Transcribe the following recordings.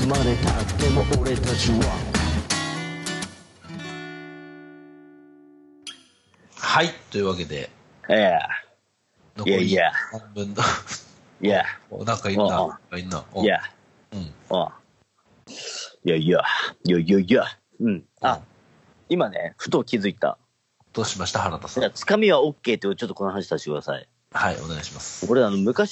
つまれたでも俺たちははい、というわけで、残りいや半分の、 いや、 なんかいんな、なんかいんな。 いや、 うん。 いや、うん。今ね、ふと気づいた。 どうしました、原田さん。 つかみは OK ってちょっとこの話させてください。 はい、お願いします。 俺昔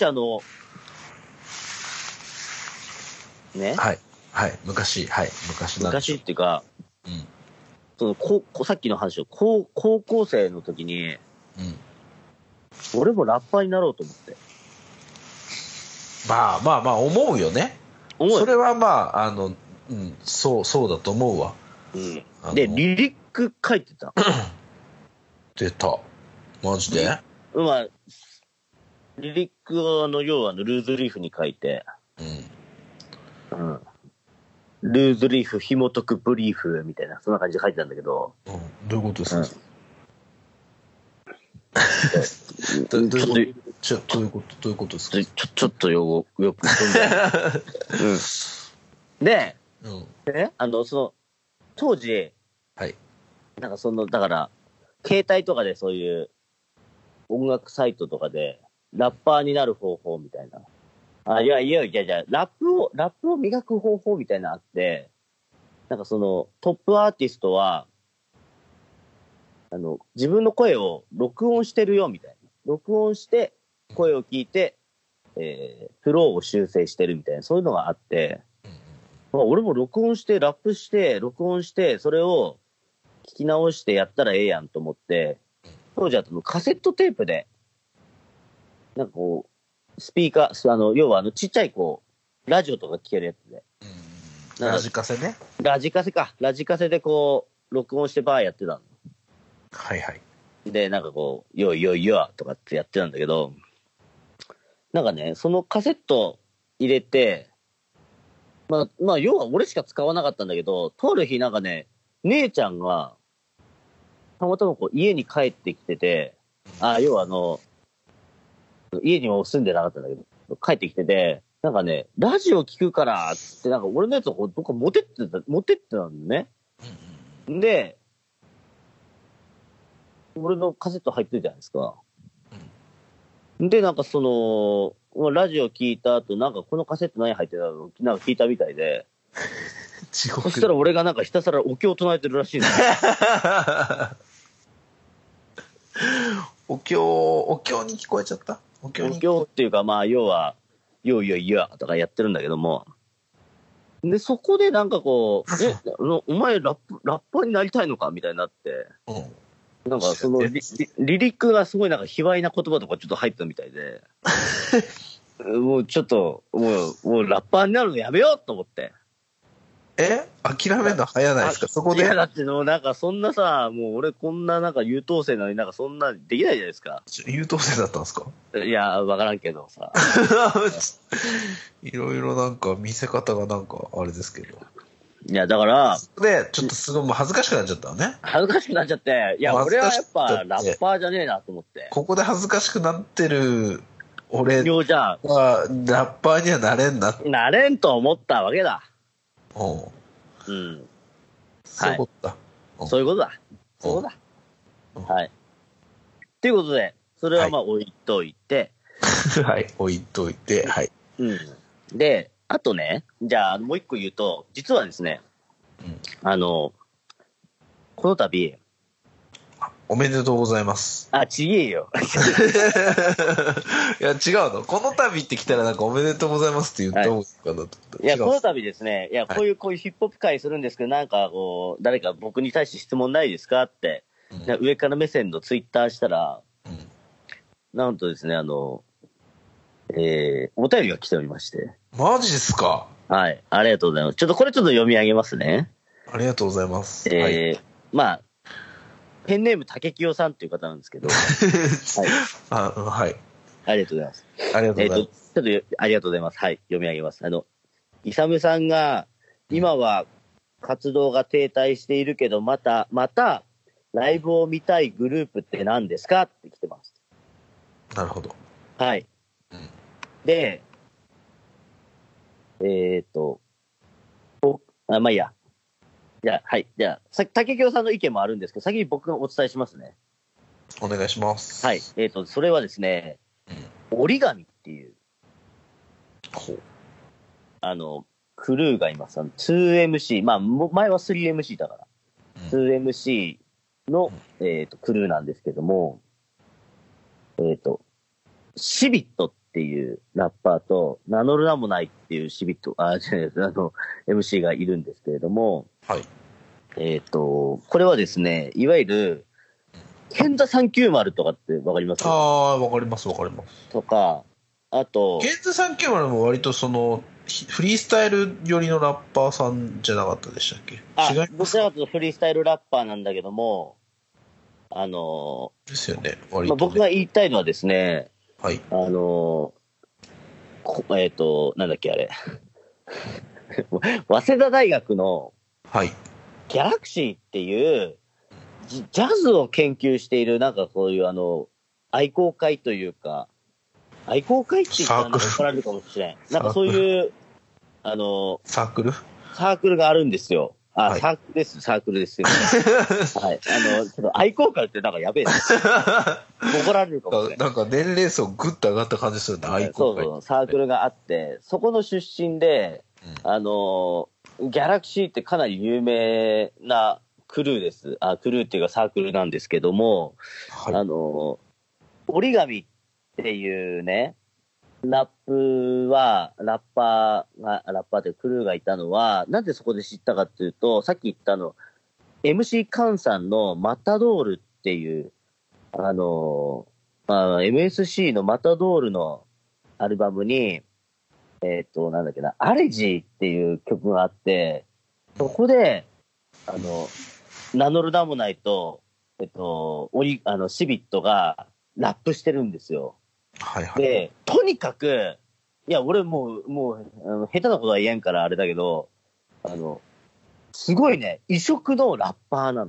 ね。 はい、はい、昔なんでしょう。 昔っていうか、 うん。 さっきの話を高校生の時に、 うん。 俺もラッパーになろうと思って。 まあ、思うよね。それはそうだと思うわ。 うん。で、リリック書いてた。 出た。マジで？ リリックは要はルーズリーフに書いて、 うん。 ルーズリーフ紐解くブリーフみたいな、そんな感じで書いてたんだけど。 どういうことですか？どういうことですか？ ちょっとよく飛んで。で、当時、 はい。 だから、携帯とかでそういう音楽サイトとかで、ラッパーになる方法みたいな。じゃあ、ラップを磨く方法みたいなのあって、トップアーティストは、自分の声を録音してるよみたいな。録音して、声を聞いて、フローを修正してるみたいな、そういうのがあって、俺も録音して、ラップして、録音して、それを聞き直してやったらええやんと思って、当時はカセットテープで、スピーカー、要はちっちゃいラジオとか聞けるやつで。 ラジカセね。 ラジカセで録音してバーやってたの。 はいはい。 で、よいとかってやってたんだけど、そのカセット入れて、要は俺しか使わなかったんだけど、とある日姉ちゃんが、たまたま家に帰ってきてて、要は家にも住んでなかったんだけど、帰ってきてて、ラジオ聞くからって、俺のやつをどっか持ってってたのね。で、俺のカセット入ってるじゃないですか。で、ラジオ聞いた後、このカセット何入ってたの聞いたみたいで、そしたら俺がひたすらお経を唱えてるらしいの。 お経に聞こえちゃった？お経っていうか、要は、よとかやってるんだけども、で、そこでお前ラッパーになりたいのかみたいになって、リリックがすごい卑猥な言葉とかちょっと入ったみたいで、もうちょっと、もうラッパーになるのやめようと思って。 諦めるの早ないですか？そこで。 いや、だってそんなさ、もう俺こんな優等生なのにそんなできないじゃないですか。 優等生だったんですか？ いや、わからんけどさ。 いろいろ見せ方があれですけど。 いや、だから。 で、ちょっとすごいもう恥ずかしくなっちゃったのね。 恥ずかしくなっちゃって。いや、俺はやっぱラッパーじゃねえなと思って。 ここで恥ずかしくなってる俺はじゃあラッパーにはなれんな。 なれんと思ったわけだ。 そういうことだ。 そういうことだ。はい。ということで、それは置いといて。 はい、置いといて、はい。 で、あとね、じゃあもう一個言うと、実はですね、この度、 おめでとうございます。 ちげえよ。 いや、違うの。この度って来たらおめでとうございますって言った方がいいかなと思った。 いや、この度ですね、いや、こういうヒップホップ会するんですけど、誰か僕に対して質問ないですかって、上から目線のツイッターしたら、なんとですね、お便りが来ておりまして。 マジですか？ はい、ありがとうございます。これ読み上げますね。 ありがとうございます。 ペンネーム竹清さんっていう方なんですけど。はい。 はい。 ありがとうございます。 ありがとうございます。 ありがとうございます。はい。読み上げます。イサムさんが、今は活動が停滞しているけど、また、ライブを見たいグループって何ですかって来てます。 なるほど。 はい。で、 まあいいや。じゃあ、はい。じゃあ、竹京さんの意見もあるんですけど、先に僕がお伝えしますね。 お願いします。 はい。それはですね、折り紙っていう、 ほう。 クルーがいます。2MC、まあ、前は 3MC だから、2MC の、クルーなんですけども、シビットっていうラッパーと、名乗る名もないっていうシビット、MC がいるんですけれども、 はい。 これはですね、いわゆる、ケンザ390とかってわかりますか？ わかります、わかります。 とか、あと、 ケンズ390も割とフリースタイル寄りのラッパーさんじゃなかったでしたっけ？違いますか？ どちらかというとフリースタイルラッパーなんだけども、 ですよね、割とね。 僕が言いたいのはですね、 はい。 なんだっけあれ。早稲田大学の、 はい。 ギャラクシーっていう、ジャズを研究している、なんかこういう愛好会というか、愛好会って言ったらなんか怒られるかもしれん。なんかそういう、 サークルがあるんですよ。 はい、 サークルですよ、ね。はい。ちょっと愛好会ってなんかやべえな。怒られるかもしれない。 なんか年齢層ぐっと上がった感じするね、愛好会。 そう、サークルがあって、そこの出身で、ギャラクシーってかなり有名なクルーです。クルーっていうかサークルなんですけども、はい、折り紙っていうね、ラッパーってクルーがいたのは、なんでそこで知ったかっていうと、さっき言った MC カンさんのマタドールっていう、MSC のマタドールのアルバムに、なんだっけな、アレジーっていう曲があって、そこで、名乗る名もないと、シビットがラップしてるんですよ。 はいはい。 で、とにかく、いや、俺もう、下手なことは言えんからあれだけど、すごいね、異色のラッパーなの。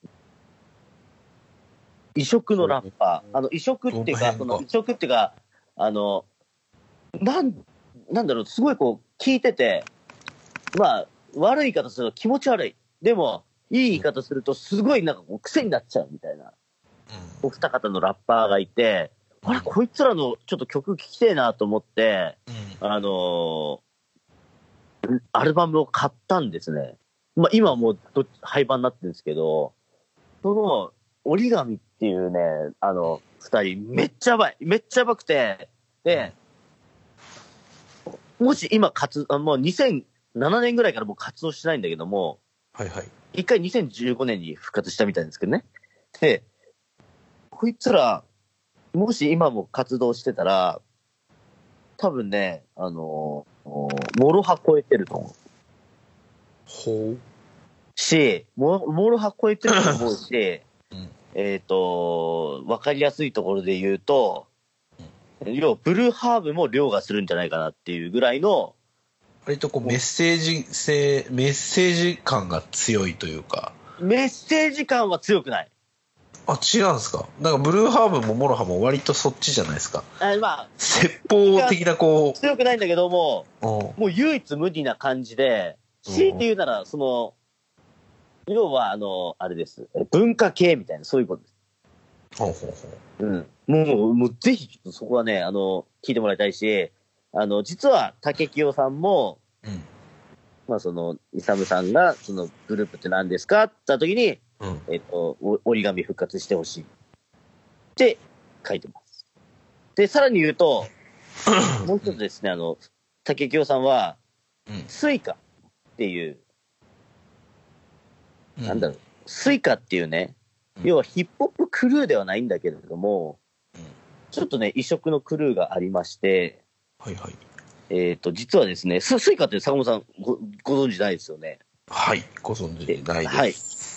異色のラッパー。異色っていうか、なんだろう、すごいこう、聞いてて、まあ、悪い言い方すると気持ち悪い。でも、いい言い方するとすごいなんかこう癖になっちゃうみたいな、お二方のラッパーがいて、あれ、こいつらのちょっと曲聴きてえなと思って、アルバムを買ったんですね。まあ今はもう廃盤になってるんですけど、その折り紙っていうね、二人めっちゃやばい。めっちゃやばくて、で、もし今もう2007年ぐらいからもう活動してないんだけども、 はいはい。 一回2015年に復活したみたいなんですけどね。で、こいつら、もし今も活動してたら、多分ね、モロハ超えてると思う。 ほう。 モロハ超えてると思うし、わかりやすいところで言うと、要ブルーハーブも凌駕するんじゃないかなっていうぐらいの、 割とこうメッセージ感が強いというか。 メッセージ感は強くない。 違うんですか。なんかブルーハーブもモロハも割とそっちじゃないですか。 まあ、 説法的なこう。 強くないんだけども、もう唯一無二な感じで、強いて言うなら、要はあれです。文化系みたいな、そういうことです。もうぜひ、そこはね、聞いてもらいたいし、実は竹清さんも、まあイサムさんが、グループって何ですかって言った時に、折り紙復活してほしい。って書いてます。で、さらに言うと、もう一つですね、竹清さんは、スイカっていう、なんだろう、スイカっていうね、要はヒップホップクルーではないんだけれども、ちょっとね、異色のクルーがありまして、 はいはい。 実はですね、スイカって坂本さんご存知ないですよね。 はい、ご存知ないです。 はい。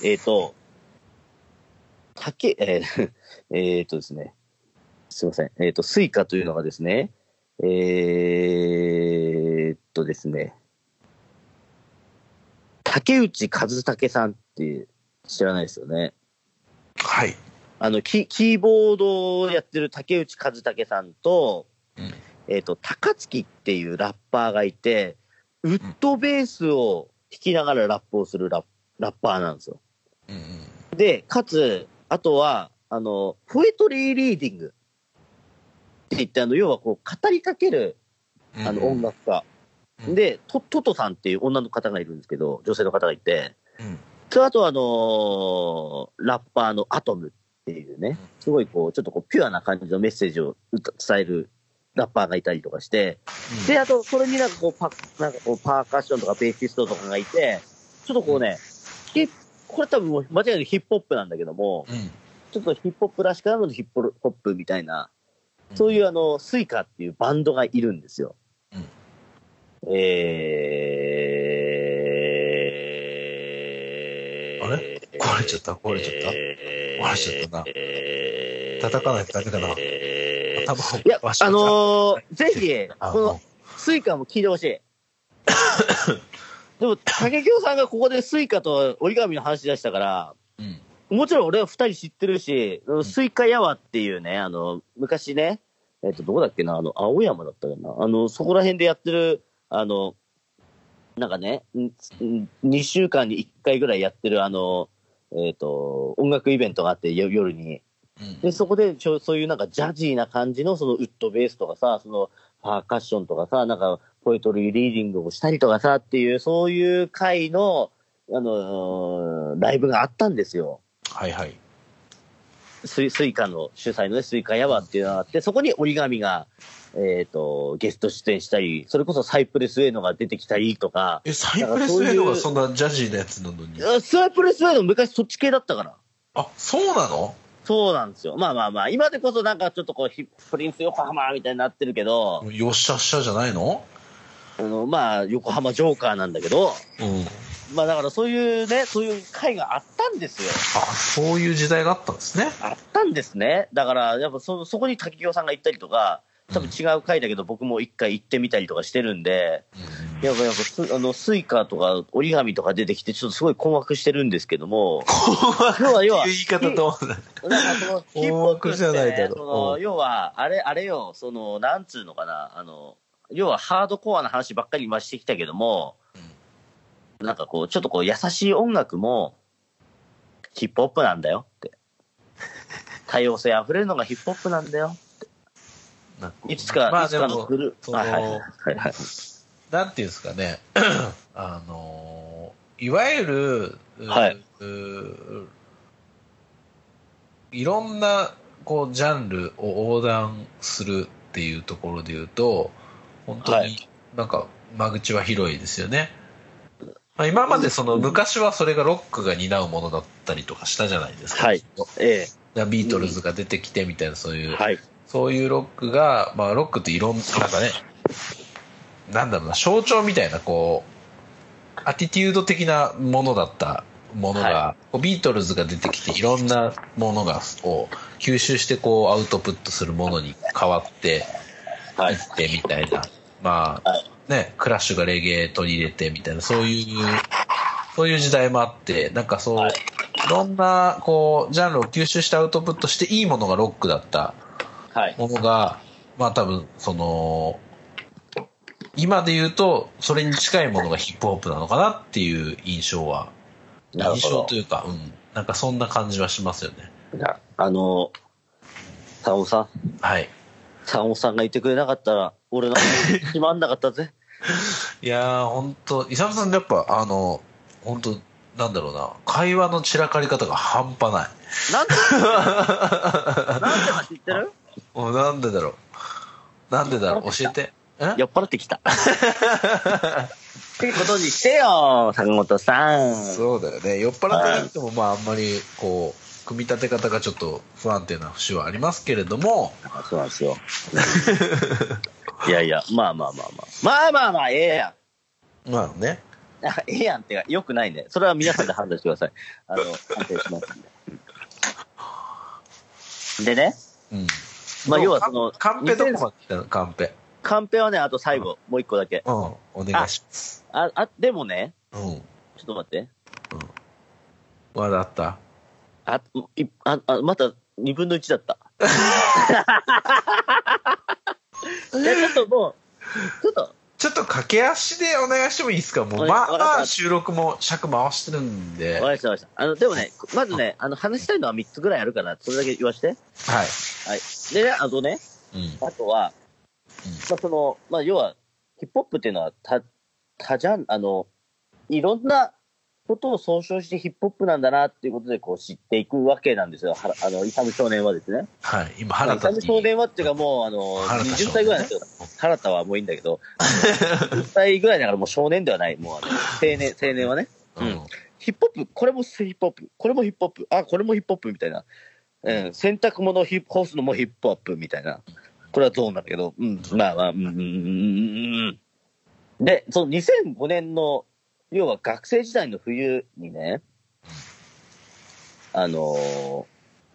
ですね。すいません。スイカというのがですね、ですね、竹内和武さんって知らないですよね。 はい。 キーボードをやってる竹内和武さんと、高槻っていうラッパーがいて、ウッドベースを弾きながらラップをするラッパーなんですよ。 うんうん。 で、かつ、あとは、ポエトリーリーディングって言って、要はこう、語りかける、音楽家。 うん、 で、トトさんっていう女の方がいるんですけど、女性の方がいて、 うん、 あとラッパーのアトムっていうね、すごいこう、ちょっとこう、ピュアな感じのメッセージを伝えるラッパーがいたりとかして、で、あと、それになんかこう、パーカッションとかベーシストとかがいて、ちょっとこうね、これ多分間違いなくヒップホップなんだけども、ちょっとヒップホップらしからぬヒップホップみたいな、そういうスイカっていうバンドがいるんですよ。あれ壊れちゃったな。叩かないとダメだな。 いや、ぜひ、このスイカも聞いてほしい。でも、竹京さんがここでスイカと折り紙の話出したから、もちろん俺は二人知ってるし、スイカヤワっていうね、昔ね、どこだっけな、青山だったかな、そこら辺でやってる、なんかね、2週間に1回ぐらいやってる、音楽イベントがあって、夜に。で、そこで、そういうなんかジャジーな感じの、そのウッドベースとかさ、そのパーカッションとかさ、なんか、ポエトリーリーディングをしたりとかさっていう、そういう回の、ライブがあったんですよ。 はいはい。 スイカの主催のね、スイカヤワっていうのがあって、そこに折り紙が、ゲスト出演したり、それこそサイプレスウェイノが出てきたりとか。 サイプレスウェイノがそんなジャジーなやつなのに。 サイプレスウェイノ昔そっち系だったから。 あ、そうなの？ そうなんですよ。まあ、今でこそなんかちょっとこう、プリンス横浜みたいになってるけど。 よっしゃっしゃじゃないの？ まあ、横浜ジョーカーなんだけど。まあだからそういうね、そういう会があったんですよ。 そういう時代があったんですね。 あったんですね。だからやっぱそこに滝京さんが行ったりとか、多分違う会だけど僕も一回行ってみたりとかしてるんで、やっぱスイカとか折り紙とか出てきてちょっとすごい困惑してるんですけども。 困惑っていう言い方となんかその困惑じゃないだろう。要はあれよ、なんつうのかな、要はハードコアな話ばっかり今してきたけども。なんかこう、ちょっとこう、優しい音楽も、ヒップホップなんだよって。多様性あふれるのがヒップホップなんだよって。いつかのグループ。 なんていうんですかね。いわゆる、いろんな、こう、ジャンルを横断するっていうところで言うと、本当になんか、間口は広いですよね。今まで昔はそれがロックが担うものだったりとかしたじゃないですか。ビートルズが出てきてみたいなそういうロックが、まあロックっていろんな、なんかね、なんだろうな、象徴みたいなこう、アティテュード的なものだったものが、ビートルズが出てきていろんなものがを吸収してこうアウトプットするものに変わっていってみたいな、まあ、ね、クラッシュがレゲエ取り入れてみたいな、そういう時代もあって、なんかそう、いろんな、こう、ジャンルを吸収してアウトプットしていいものがロックだったものが、まあ多分、今で言うと、それに近いものがヒップホップなのかなっていう印象というか、なんかそんな感じはしますよね。 サオさん。はい。サオさんがいてくれなかったら、俺なんか決まんなかったぜ。 いやー、ほんと、イサムさんやっぱ、ほんと、なんだろうな、会話の散らかり方が半端ない。 なんでか知ってる？ なんでだろう、教えて。 酔っ払ってきた。ってことにしてよ、坂本さん。 そうだよね。酔っ払ってなくても、まあ、あんまり、こう、組み立て方がちょっと不安定な節はありますけれども。 そうなんですよ。いやいや、まあ、ええやん。まあね。 ええやんってか、よくないね。それは皆さんで判断してください。判定しますんで。でね。まあ、要はカンペどこまで来たの？カンペ。 カンペはね、あと最後、もう一個だけ。 お願いします。 でもね。ちょっと待って。 まだあった？ また2分の1だった。ちょっともう、ちょっと、 ちょっと駆け足でお願いしてもいいですか？もう、収録も尺回してるんで。 わかりました。でもね、まずね、話したいのは3つぐらいあるから、それだけ言わして。はい。はい。でね、あとは、要は、ヒップホップっていうのは、ジャン、いろんなことを総称してヒップホップなんだなっていうことで、こう知っていくわけなんですよ。イサム少年はですね。 はい。今、原田イサム少年はっていうかもう、20歳ぐらいなんですよ。原田はもういいんだけど、20歳ぐらいだからもう少年ではない。もう青年はね。うん。ヒップホップ、これもヒップホップ、これもヒップホップ、これもヒップホップみたいな。洗濯物を干すのもヒップホップみたいな。これはゾーンなんだけど、で、その2005年の、要は学生時代の冬にね、友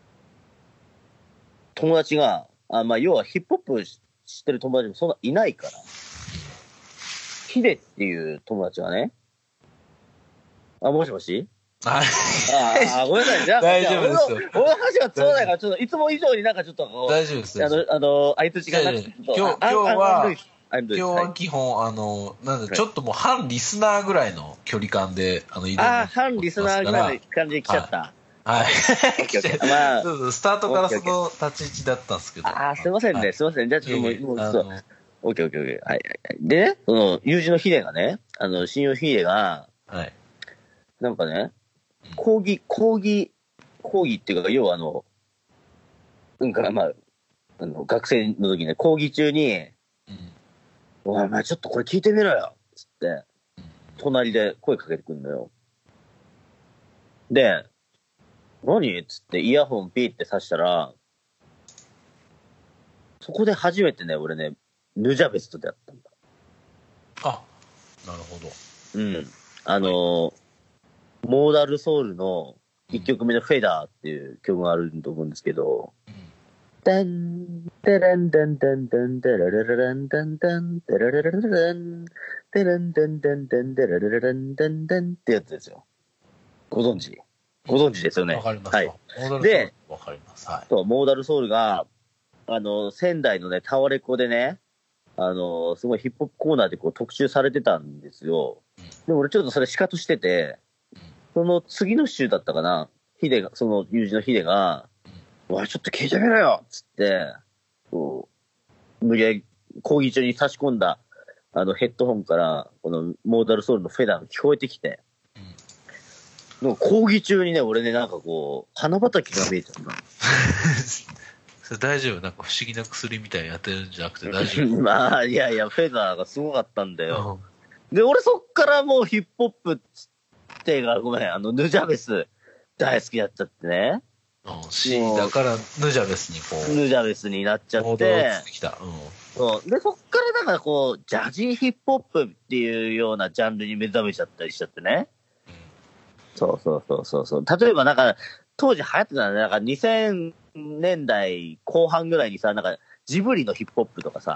達が、要はヒップホップ知ってる友達もそんないないから、ヒデっていう友達がね、もしもしごめんなさい。じゃあ、 大丈夫ですよ。 俺の話がつまらないから、ちょっといつも以上になんかちょっとこう、 大丈夫です。 相槌がなくて、 今日は基本、ちょっともう反リスナーぐらいの距離感で、 反リスナーぐらいの感じで来ちゃった。 はい。スタートからその立ち位置だったんですけど。 すいませんね、すいません。じゃあちょっともう、オッケー。はい。でね、その、友人のヒデがね、親友ヒデが、 はい。 なんかね、講義っていうか、要は学生の時ね、講義中に、お前ちょっとこれ聞いてみろよつって、隣で声かけてくんのよ。で、何つってイヤホンピーって刺したら、そこで初めてね、俺ね、ヌジャベストでやったんだ。 なるほど。 モーダルソウルの1曲目のフェダーっていう曲があると思うんですけど、ダン、ダランダンダンダンダラララランダンダン、ダラララララン、ダランダンダンダンダラララランダンダンってやつですよ。ご存知ですよね。 わかります。 はい。 で、わかります。はい。 モーダルソウルが、仙台のね、タワレコでね、すごいヒップホップコーナーでこう特集されてたんですよ。でも俺ちょっとそれシカトしてて、その次の週だったかな、その友人のヒデが、ちょっと聞いてみろよつって、無理やり講義中に差し込んだ、ヘッドホンから、このモーダルソウルのフェダーが聞こえてきて、講義中にね、俺ね、なんかこう、花畑が見えちゃうんだ。 それ大丈夫？なんか不思議な薬みたいにやってるんじゃなくて大丈夫？ いや、フェダーがすごかったんだよ。で、俺そっからもうヒップホップっていうか、ごめん、ヌジャベス大好きやっちゃってね。 だからヌジャベスにヌジャベスになっちゃって。そう。で、そっからだからこう、ジャジーヒップホップっていうようなジャンルに目覚めちゃったりしちゃってね。そう。例えばなんか、当時流行ってたのね、なんか2000年代後半ぐらいにさ、なんかジブリのヒップホップとかさ。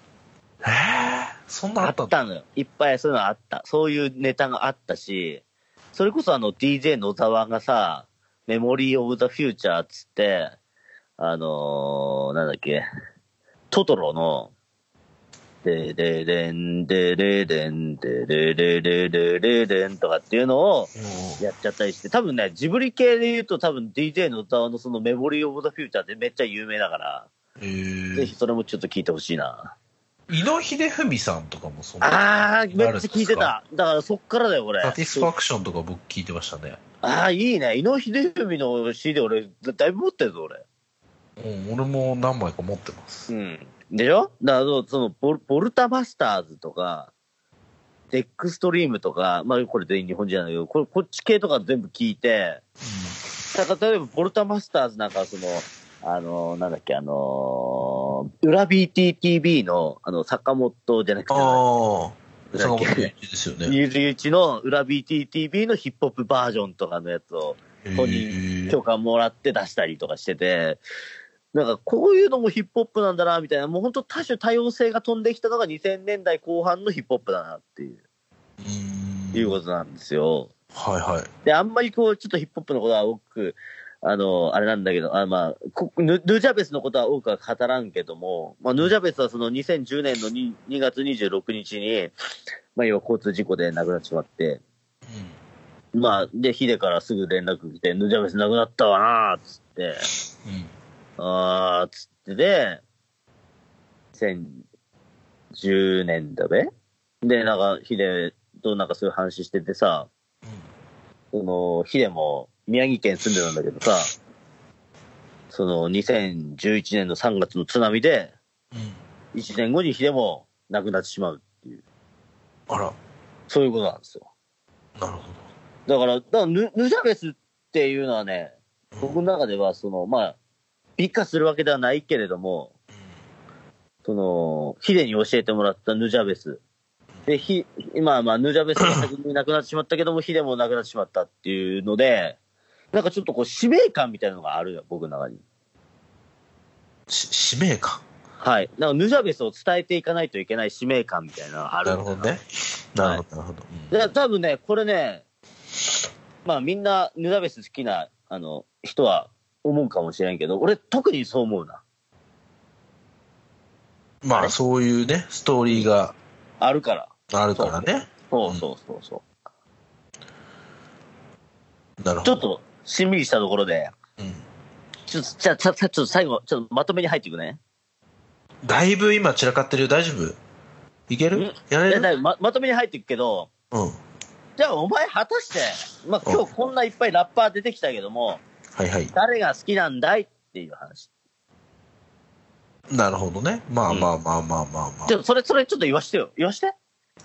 そんなあったのよ。いっぱいそういうのあった。そういうネタがあったし、それこそDJ 野沢がさ、メモリーオブザフューチャーつって、なんだっけ、トトロの、でれれん、でれれん、でれれれれれれんとかっていうのをやっちゃったりして、多分ね、ジブリ系で言うと多分 DJ 野沢のそのメモリーオブザフューチャーってめっちゃ有名だから、ぜひそれもちょっと聞いてほしいな。 井野秀文さんとかもそんな。 めっちゃ聞いてた。だからそっからだよ、俺。 サティスファクションとか僕聞いてましたね。 いいね。井野秀文の CD 俺、だいぶ持ってるぞ、俺。 俺も何枚か持ってます。 でしょ？だから、そのボルタバスターズとか、デックストリームとか、これ全員日本人なんだけど、こっち系とか全部聞いて、例えばボルタバスターズなんかその、なんだっけ、裏 BTTV の、坂本じゃなくて、 坂本龍一ですよね。 龍一の裏 BTTV のヒップホップバージョンとかのやつを、本人許可もらって出したりとかしてて、なんかこういうのもヒップホップなんだな、みたいな、もう本当多種多様性が飛んできたのが2000年代後半のヒップホップだなっていうことなんですよ。 はいはい。 で、あんまりこう、ちょっとヒップホップのことは多く、 あれなんだけど、まあ、ヌージャベスのことは多くは語らんけども、まあ、ヌージャベスはその2010年の 2月26日に、まあ、要は交通事故で亡くなってしまって、まあ、で、ヒデからすぐ連絡来て、ヌージャベス亡くなったわなーっつって、つってで、2010年だべで、なんか、ヒデとなんかそういう話しててさ、ヒデも宮城県住んでたんだけどさ、その2011年の3月の津波で、1年後にヒデも亡くなってしまうっていう。 あら。 そういうことなんですよ。 なるほど。 だからヌジャベスっていうのはね、僕の中では、まあ、美化するわけではないけれども、ヒデに教えてもらったヌジャベス。で、今、まあ、ヌジャベスが先に亡くなってしまったけども、ヒデも亡くなってしまったっていうので、なんかちょっとこう、使命感みたいなのがあるよ、僕の中に。 使命感？ はい。なんかヌジャベスを伝えていかないといけない使命感みたいなのがある。 なるほどね。なるほど、なるほど。 で、多分ね、これね、まあみんなヌジャベス好きな、人は思うかもしれんけど、俺特にそう思うな。 まあそういうね、ストーリーがあるから。 あるからね。 そう。 なるほど。 ちょっと、しんみりしたところで、ちょっと最後、ちょっとまとめに入っていくね。 だいぶ今散らかってるよ。大丈夫？いける？やれる？ まとめに入っていくけど、じゃあお前果たして、まあ今日こんないっぱいラッパー出てきたけども、誰が好きなんだいっていう話。 なるほどね。まあ。 それちょっと言わしてよ。言わして。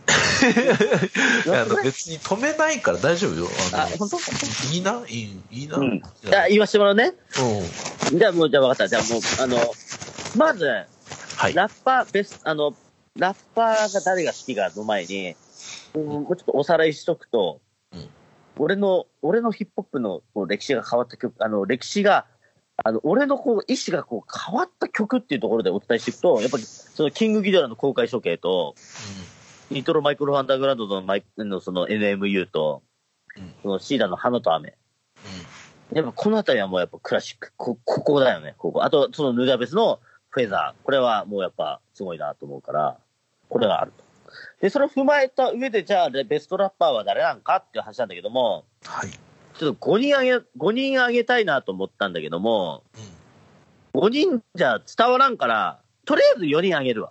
別に止めないから大丈夫よ。 本当？ いいな。 じゃあ言わしてもらうね。じゃあ分かった。じゃあもう、まず、ラッパーが誰が好きかの前に、もうちょっとおさらいしとくと、俺のヒップホップの歴史が変わった曲、俺のこう意思がこう変わった曲っていうところでお伝えしていくと、やっぱりそのキングギドラの公開処刑と、ニトロマイクロファンダーグラウンドのその NMU と、そのシーダの花と雨。やっぱこのあたりはもうやっぱクラシック。ここだよね。ここ。あと、そのヌジャベスのフェザー。これはもうやっぱすごいなと思うから、これがあると。で、それを踏まえた上で、じゃあベストラッパーは誰なんかっていう話なんだけども、ちょっと5人あげたいなと思ったんだけども、5人じゃ伝わらんから、とりあえず4人あげるわ。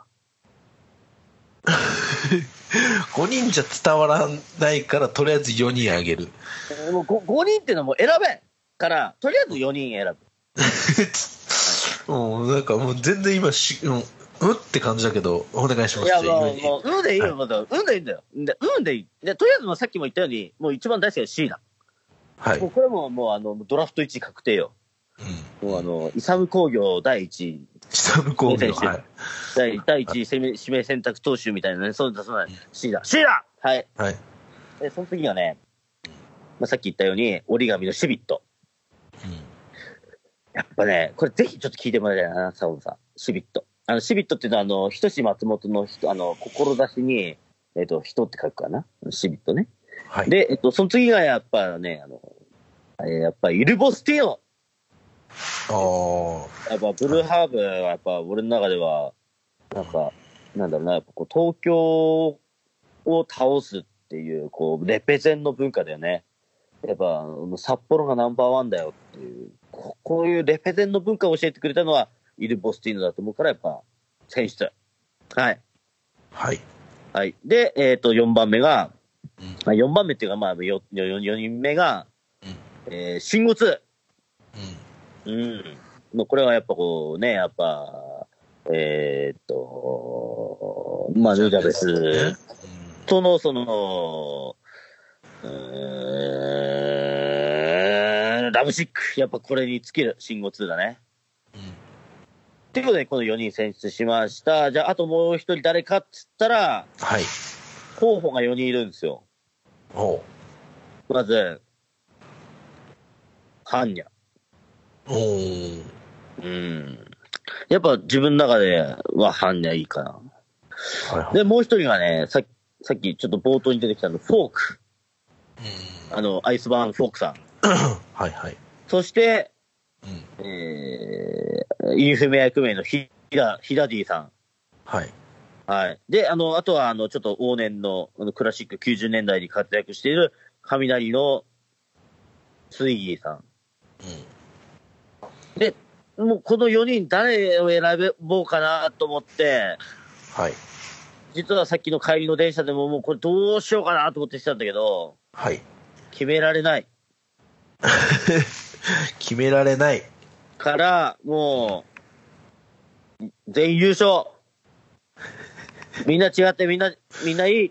5人じゃ伝わらないから、とりあえず4人あげる。 もう 5人っていうのはもう選べんから、とりあえず4人選ぶ。もうなんかもう全然今って感じだけど、お願いします。 いやもう、でいいよ、まだ。でいいんだよ。でいい。で、とりあえずもうさっきも言ったように、もう一番大好きな C だ。もうこれもドラフト1位確定よ。もうイサム工業第1位。 イサム工業、 第1位指名選択投手みたいなね、そうない。C だはい。で、その次はね、さっき言ったように、折り紙のシビット。やっぱね、これぜひちょっと聞いてもらいたいな、サオンさん。シビット。シビットっていうのは、人志松本の志に、人って書くかな。シビットね。で、その次がやっぱね、やっぱイルボスティーノ。やっぱブルーハーブはやっぱ俺の中では、なんか、なんだろうな、やっぱこう東京を倒すっていう、こう、レペゼンの文化だよね。やっぱ、札幌がナンバーワンだよっていう、こういうレペゼンの文化を教えてくれたのは、イルボスティーノだと思うから、やっぱ、選出。はい。で、4番目が、4番目っていうか、まあ、4人目が、シンゴツ。これはやっぱこうね、やっぱ、まあ、ヌジャベスとのラブシック。やっぱこれに尽きる、シンゴ2だね。ということで、この4人選出しました。じゃあ、あともう一人誰かっつったら、候補が4人いるんですよ。まず、ハンニャ。やっぱ自分の中ではハンニャいいかな。で、もう一人がね、さっきちょっと冒頭に出てきたの、フォーク。アイスバーンフォークさん。そして、 インフメ役名のヒダディさん。 はい。 はい。で、あとは、ちょっと往年の、クラシック90年代に活躍している、雷のツイギーさん。で、もうこの4人誰を選ぼうかなと思って、 はい。 実はさっきの帰りの電車でももうこれどうしようかなと思ってしてたんだけど、 はい。 決められない。 決められない。 から、もう、全員優勝。みんな違ってみんないい。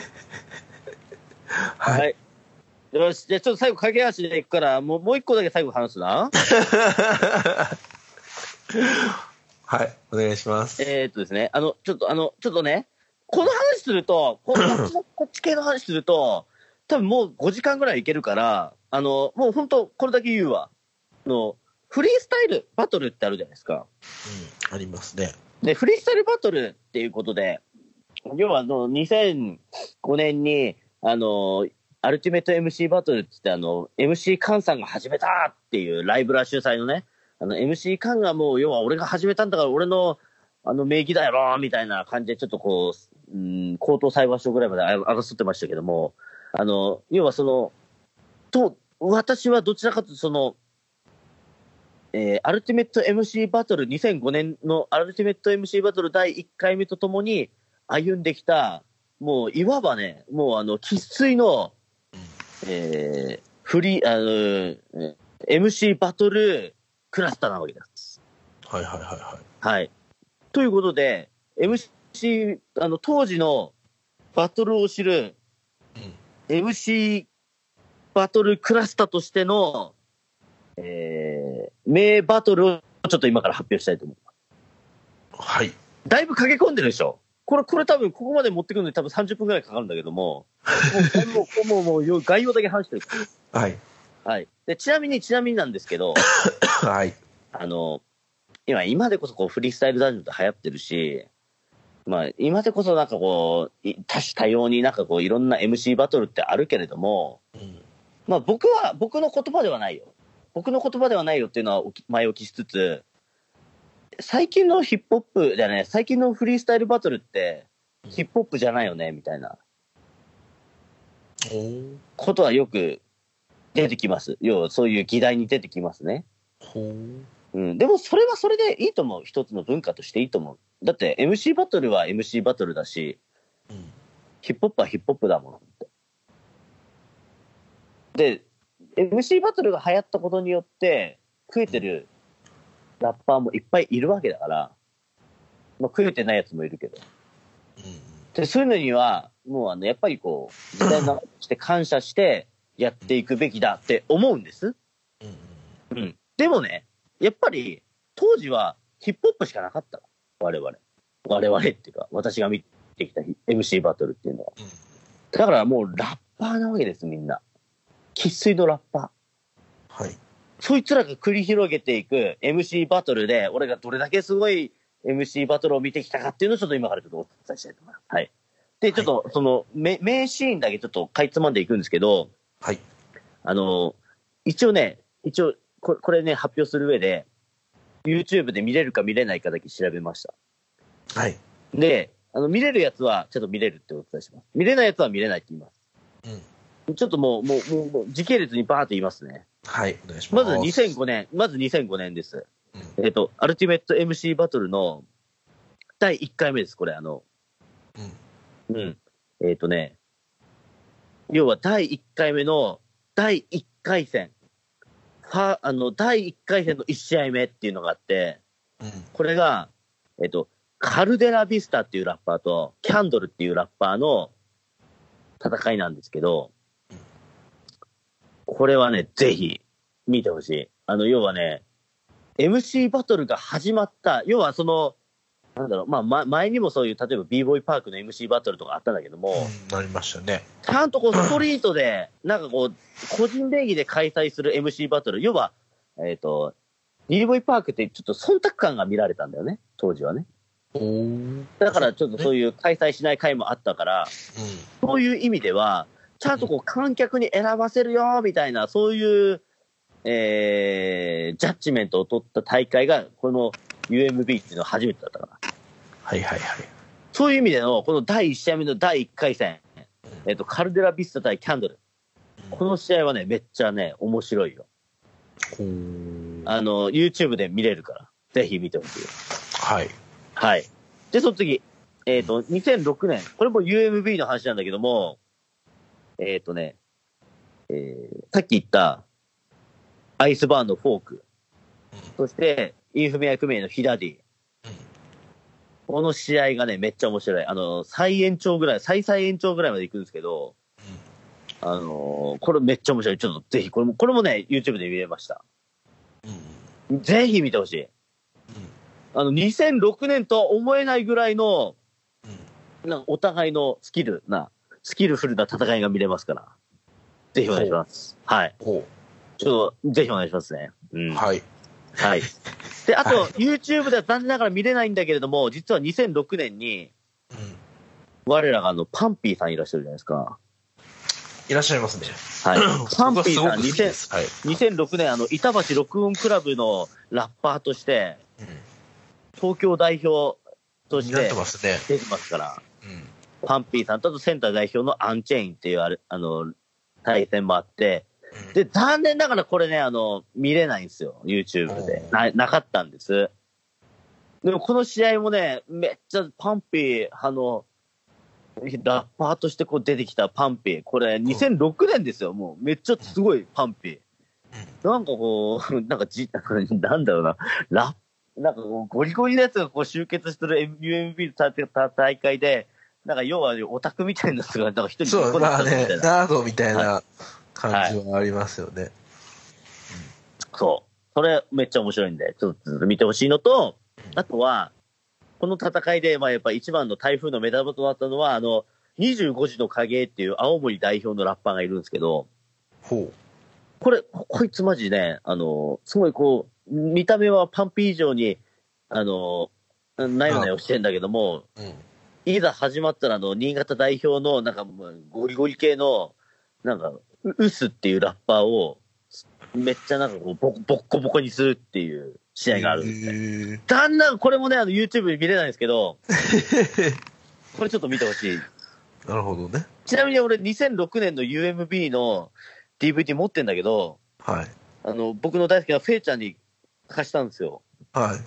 はい。 はい。よし、じゃあちょっと最後駆け足でいくから、もう一個だけ最後話すな。 はい、お願いします。 ですね、ちょっとね、この話すると、こっち系の話すると、多分もう5時間ぐらいいけるから、もう本当、これだけ言うわ。フリースタイルバトルってあるじゃないですか。 ありますね。 で、フリースタイルバトルっていうことで、要は2005年に、アルティメット MC バトルって言って、MC カンさんが始めたっていうライブラ主催のね、MC カンがもう、要は俺が始めたんだから俺の、名義だよろみたいな感じで、ちょっとこう、高等裁判所ぐらいまで争ってましたけども、要は私はどちらかというとアルティメット MC バトル、2005年のアルティメット MC バトル第1回目とともに歩んできた、もういわばね、もう生粋の、フリー、MC バトルクラスターなわけです。 はいはいはいはい。 はい。ということで、MC、当時のバトルを知る、MC バトルクラスターとしての、名バトルをちょっと今から発表したいと思います。 はい。 だいぶ駆け込んでるでしょ。これ多分ここまで持ってくるのに多分30分くらいかかるんだけども、もう概要だけ話してる。 はい。 はい。で、ちなみになんですけど、 はい。 今でこそこうフリースタイルダンジョンって流行ってるし、まあ今でこそなんかこう、多種多様になんかこういろんな MC バトルってあるけれども、まあ僕の言葉ではないよ。僕の言葉ではないよっていうのは前置きしつつ、最近のヒップホップじゃね、最近のフリースタイルバトルってヒップホップじゃないよねみたいなことはよく出てきます。要はそういう議題に出てきますね。でもそれはそれでいいと思う。一つの文化としていいと思う。だって MC バトルは MC バトルだし、ヒップホップはヒップホップだもん。で、MC バトルが流行ったことによって食えてるラッパーもいっぱいいるわけだから、まあ、食えてないやつもいるけど。で、そういうのには、もうやっぱりこう、時代の流れとして感謝してやっていくべきだって思うんです。でもね、やっぱり当時はヒップホップしかなかった。我々っていうか、私が見てきた MC バトルっていうのは。だからもうラッパーなわけです、みんな。生粋のラッパー。はい。そいつらが繰り広げていく MC バトルで、俺がどれだけすごい MC バトルを見てきたかっていうのをちょっと今からちょっとお伝えしたいと思います。はい。で、ちょっとその名シーンだけちょっとかいつまんでいくんですけど、はい。一応これね、発表する上で、YouTube で見れるか見れないかだけ調べました。はい。で、見れるやつはちょっと見れるってお伝えします。見れないやつは見れないって言います。ちょっともう時系列にバーって言いますね。はい、お願いします。まず2005年です。アルティメット MC バトルの第1回目です、これ要は第1回目の第1回戦。第1回戦の1試合目っていうのがあって、これが、カルデラビスタっていうラッパーと、キャンドルっていうラッパーの戦いなんですけど、これはね、ぜひ見てほしい。要はね、MC バトルが始まった、要は前にもそういう、例えば b ボーイパークの MC バトルとかあったんだけども、 なりましたね。 ちゃんとこうストリートで、なんかこう、個人名義で開催する MC バトル、要は、b ボーイパークってちょっと忖度感が見られたんだよね、当時はね。だからちょっとそういう開催しない回もあったから、そういう意味では、ちゃんとこう観客に選ばせるよ、みたいな、そういうジャッジメントを取った大会が、この UMB っていうのは初めてだったかな。 はいはいはい。 そういう意味での、この第1試合目の第1回戦、カルデラビスタ対キャンドル。この試合はね、めっちゃね、面白いよ。YouTube で見れるから、ぜひ見てほしい。 はい。 はい。で、その次。2006年。これも UMB の話なんだけども、さっき言った、アイスバーンのフォーク。そして、インフメアクメイのヒダディ。この試合がね、めっちゃ面白い。再延長ぐらいまで行くんですけど、これめっちゃ面白い。ちょっとぜひ、これもね、YouTube で見れました。ぜひ見てほしい。2006年とは思えないぐらいの、なんかお互いのスキルフルな戦いが見れますから。ぜひお願いします。はい。ちょっと、ぜひお願いしますね。 はい。 はい。で、あと、YouTube では残念ながら見れないんだけれども、実は2006年に、我らがパンピーさんいらっしゃるじゃないですか。 いらっしゃいますね。 はい。パンピーさん、2006年、板橋録音クラブのラッパーとして、東京代表として出てますから、パンピーさんとセンター代表のアンチェインっていう対戦もあって、で、残念ながらこれね、見れないんですよ、YouTube で。なかったんです。でもこの試合もね、めっちゃパンピー、ラッパーとしてこう出てきたパンピー。これ2006年ですよ、もう。めっちゃすごいパンピー。なんかこう、なんだろうな、なんかこうゴリゴリのやつがこう集結してる UMB の大会で、なんか要はオタクみたいなやつがなんか一人そう、まあね、ナードみたいな感じはありますよね。 そう。それめっちゃ面白いんで、ちょっと見てほしいのと、あとは、この戦いで、まあやっぱ一番の台風の目玉となったのは、25時の影っていう青森代表のラッパーがいるんですけど、こいつマジね、すごいこう、見た目はパンピー以上に、なよなよしてんだけども、いざ始まったら新潟代表のなんかゴリゴリ系の、なんか、ウスっていうラッパーを、めっちゃなんかこうボッコボコにするっていう試合があるんですね。だんだんこれもね、YouTube で見れないんですけど、これちょっと見てほしい。 なるほどね。 ちなみに俺2006年の UMB の DVD 持ってんだけど、 はい。 僕の大好きなフェイちゃんに貸したんですよ。 はい。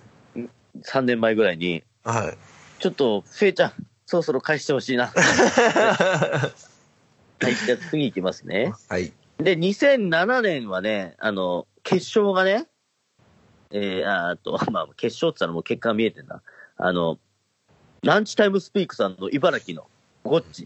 3年前ぐらいに。 はい。 ちょっと、フェイちゃん、そろそろ返してほしいな。はい、じゃあ次行きますね。 はい。 で、2007年はね、決勝がね、まあ、決勝って言ったらもう結果が見えてんな。ランチタイムスピークさんの茨城のゴッチ。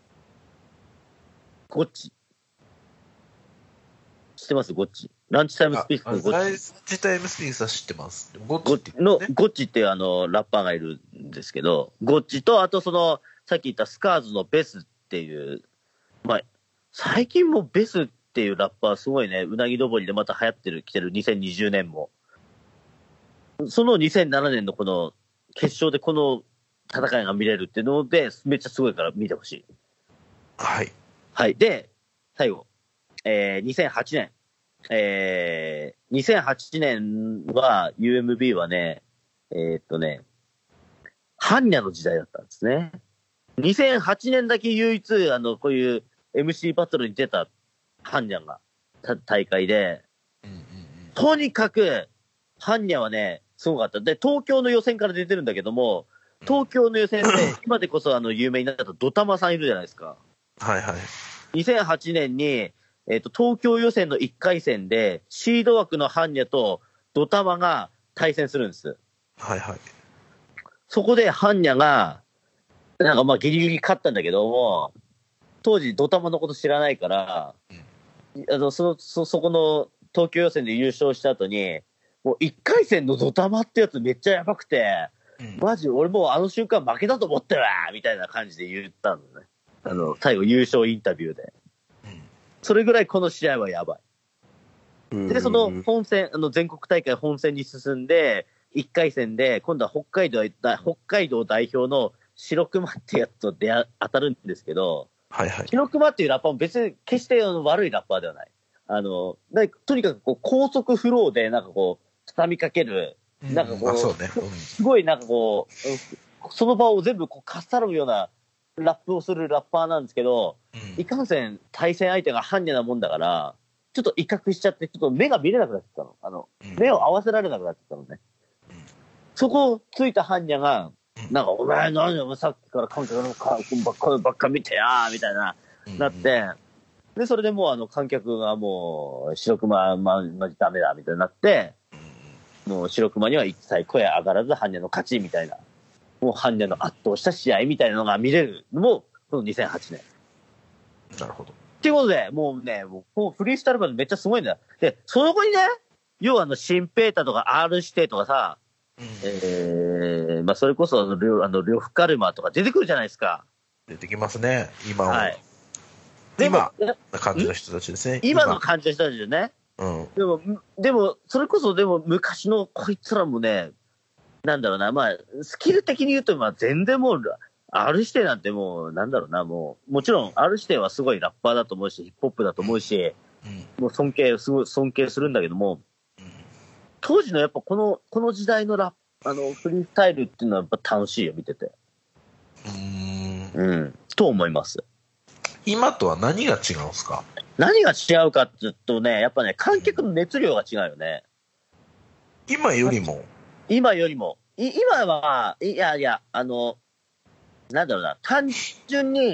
知ってますゴッチ。ランチタイムスピークのゴッチ。 ランチタイムスピークさん知ってます。 ゴッチっていうラッパーがいるんですけど、ゴッチと、あとさっき言ったスカーズのベスっていう、まあ、最近もベスっていうラッパーすごいね、うなぎ登りでまた流行ってきてる2020年も。その2007年のこの決勝でこの戦いが見れるっていうので、めっちゃすごいから見てほしい。 はい。 はい。で、最後。2008年。2008年は UMB はね、ハンニャの時代だったんですね。2008年だけ唯一、こういう MC バトルに出たハンニャが大会で、とにかく、ハンニャはね、すごかった。で、東京の予選から出てるんだけども、東京の予選で、今でこそ有名になったドタマさんいるじゃないですか。 はいはい。 2008年に、東京予選の1回戦で、シード枠のハンニャとドタマが対戦するんです。 はいはい。 そこでハンニャが、なんかまあギリギリ勝ったんだけども、当時ドタマのこと知らないから、そこの東京予選で優勝した後に、もう1回戦のドタマってやつめっちゃやばくて、マジ俺もうあの瞬間負けたと思ったわみたいな感じで言ったのね。最後優勝インタビューで。それぐらいこの試合はやばい。で、その本戦、全国大会本戦に進んで、1回戦で、今度は北海道代表の白熊ってやつと当たるんですけど、 はいはい。 白熊っていうラッパーも別に決して悪いラッパーではない。 とにかくこう高速フローでなんかこう、畳みかける、なんかこう、 そうね。 すごいなんかこう、その場を全部こうかっさらうようなラップをするラッパーなんですけど、いかんせん対戦相手が般若なもんだから、ちょっと威嚇しちゃって、ちょっと目が見れなくなってたの。目を合わせられなくなってたのね。そこをついた般若が、なんか、お前何でもさっきから観客の顔ばっか見てやーみたいな、なって、で、それでもう観客がもう、白熊、マジダメだ、みたいになって、もう白熊には一切声上がらず、般若の勝ち、みたいな。もう般若の圧倒した試合みたいなのが見れるのも、この2008年。 なるほど。 っていうことで、もうね、もうフリースタイルバトルめっちゃすごいんだよ。で、その後にね、要はシンペータとか R 指定とかさ、まあそれこそ呂布カルマとか出てくるじゃないですか。 出てきますね、今は。 はい。 今な感じの人たちですね。 今の感じの人たちですね。でも、それこそ昔のこいつらもね、なんだろうな、まあ、スキル的に言うと、まあ全然もう、R 指定なんてもう、なんだろうな、もちろん R 指定はすごいラッパーだと思うし、ヒップホップだと思うし、もう尊敬するんだけども、当時のやっぱこの時代のフリースタイルっていうのはやっぱ楽しいよ、見てて。と思います。 今とは何が違うんですか？ 何が違うかって言うとね、やっぱね、観客の熱量が違うよね。 今よりも。 今は、なんだろうな、単純に、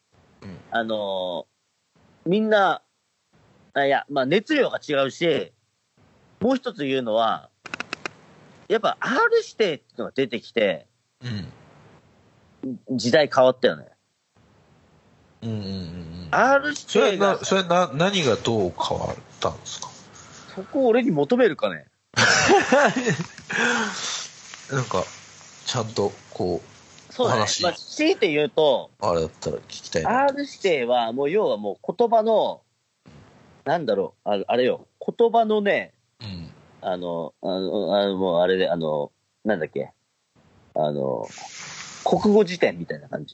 みんな、まあ熱量が違うし、もう一つ言うのは、やっぱ R 指定っていうのが出てきて、時代変わったよね。R 指定が。 それ何がどう変わったんですか？ そこを俺に求めるかね。 なんか、ちゃんとこう、 そうだね。まあ、強いて言うと、 あれだったら聞きたいな。 R 指定は、もう要はもう言葉の、なんだろう、あれよ、言葉のね、もうあれで、なんだっけ、国語辞典みたいな感じ。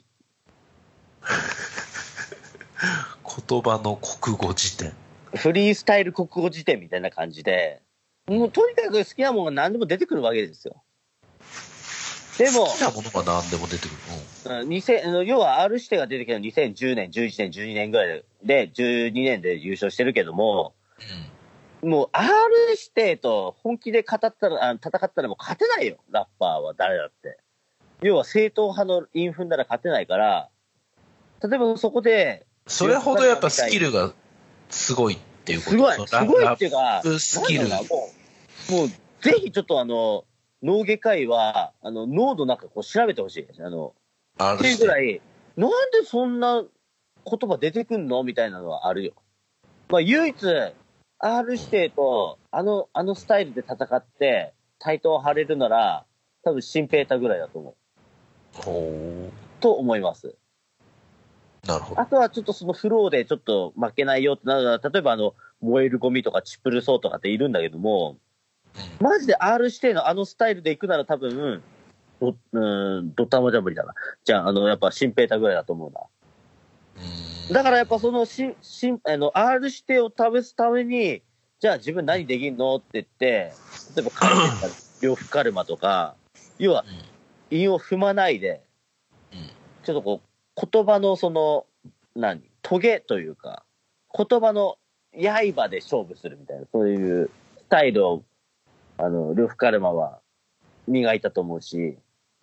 言葉の国語辞典。 フリースタイル国語辞典みたいな感じで、もうとにかく好きなものが何でも出てくるわけですよ。でも、 好きなものが何でも出てくる。 要は R 指定が出てきたの2010年、11年、12年ぐらいで、12年で優勝してるけども、もう R 指定と本気で戦ったらもう勝てないよ、ラッパーは誰だって。要は正統派のインフンなら勝てないから、例えばそこで、 それほどやっぱスキルがすごいっていうこと。 すごいっていうか、 スキル。 もう、ぜひちょっと脳外科医は、濃度なんかこう調べてほしいです。っていうぐらい、なんでそんな言葉出てくんのみたいなのはあるよ。まあ、唯一、R 指定と、スタイルで戦って、対等を張れるなら、多分、シンペータぐらいだと思う。と思います。 なるほど。 あとはちょっとそのフローでちょっと負けないよってなるなら、例えば燃えるゴミとかチプルソーとかっているんだけども、マジで R 指定のスタイルで行くなら多分、ドタマじゃ無理だな。じゃあ、やっぱシンペータぐらいだと思うな。だからやっぱそのR 指定を試すために、じゃあ自分何できんのって言って、例えばカルメとか、呂布カルマとか、要は、韻を踏まないで、ちょっとこう、言葉のトゲというか、言葉の刃で勝負するみたいな、そういうスタイルを、呂布カルマは磨いたと思うし、